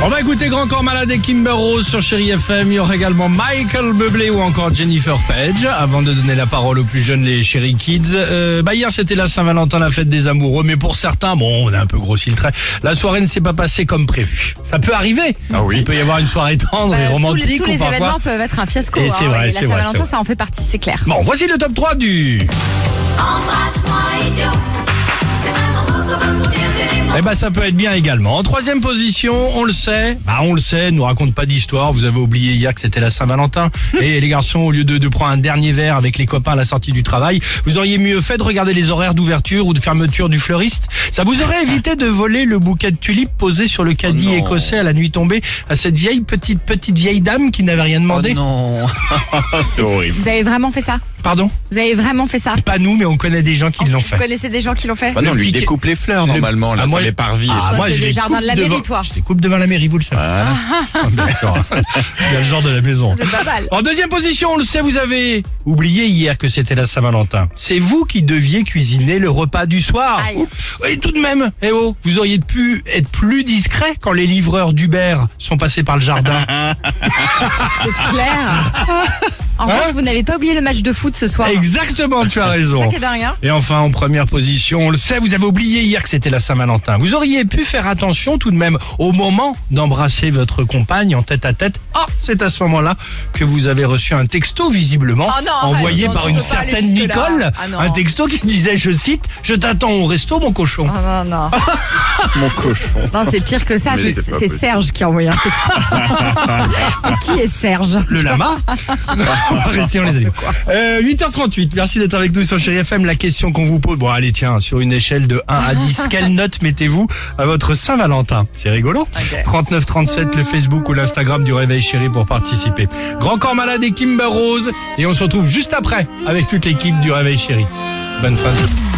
On va écouter Grand Corps Malade et Kimber Rose sur Chéri FM. Il y aura également Michael Bublé ou encore Jennifer Page. Avant de donner la parole aux plus jeunes, les Chéri Kids. Hier, c'était la Saint-Valentin, la fête des amoureux. Mais pour certains, on a un peu grossi le trait. La soirée ne s'est pas passée comme prévu. Ça peut arriver. Ah oui. Il peut y avoir une soirée tendre et romantique. Tous les parfois... événements peuvent être un fiasco. Et c'est vrai, et c'est la vrai, Saint-Valentin, ça en fait partie, c'est clair. Bon, voici le top 3 du... Embrasse-moi, idiot. C'est vraiment beaucoup mieux que les mots. Ça peut être bien également. En troisième position, on le sait, nous raconte pas d'histoire. Vous avez oublié hier que c'était la Saint-Valentin. Et les garçons, au lieu de prendre un dernier verre avec les copains à la sortie du travail, vous auriez mieux fait de regarder les horaires d'ouverture ou de fermeture du fleuriste. Ça vous aurait évité de voler le bouquet de tulipes posé sur le caddie écossais à la nuit tombée à cette petite vieille dame qui n'avait rien demandé. Oh non. C'est horrible. Vous avez vraiment fait ça? Pardon? Vous avez vraiment fait ça? Pas nous, mais on connaît des gens qui l'ont fait. Vous connaissez des gens qui l'ont fait? Bah non, lui piquet- découpe les fleurs normalement, là, moi, sur les parvis. Toi, c'est je les les jardins coupe de la devant- mairie, toi. Je les coupe devant la mairie, vous le savez. Voilà. Bien sûr. Il y a le genre de la maison. C'est pas mal. En deuxième position, on le sait, vous avez oublié hier que c'était la Saint-Valentin. C'est vous qui deviez cuisiner le repas du soir. Aïe. Et tout de même, vous auriez pu être plus discret quand les livreurs d'Uber sont passés par le jardin. C'est clair. En revanche, vous n'avez pas oublié le match de foot ce soir. Exactement, tu as C'est raison. ça qui est dingue, hein? Et enfin, en première position, on le sait, vous avez oublié hier que c'était la Saint-Valentin. Vous auriez pu faire attention tout de même au moment d'embrasser votre compagne en tête à tête. C'est à ce moment-là que vous avez reçu un texto, visiblement, Oh non, envoyé arrête, par tu une peux pas aller certaine jusque-là. Nicole. Ah non. Un texto qui disait, je cite, « Je t'attends au resto, mon cochon ». Oh non. Mon cochon. Non, c'est pire que ça. Mais C'est c'est pas c'est possible. Serge qui a envoyé un texto. Mais qui est Serge? Le lama. On va rester, on les a dit. 8h38, merci d'être avec nous sur Chéri FM. La question qu'on vous pose, allez tiens, sur une échelle de 1 à 10, quelle note mettez-vous à votre Saint-Valentin? C'est rigolo. Ok. 3937, le Facebook ou l'Instagram du Réveil Chéri pour participer. Grand Corps Malade et Kimber Rose. Et on se retrouve juste après avec toute l'équipe du Réveil Chéri. Bonne fin de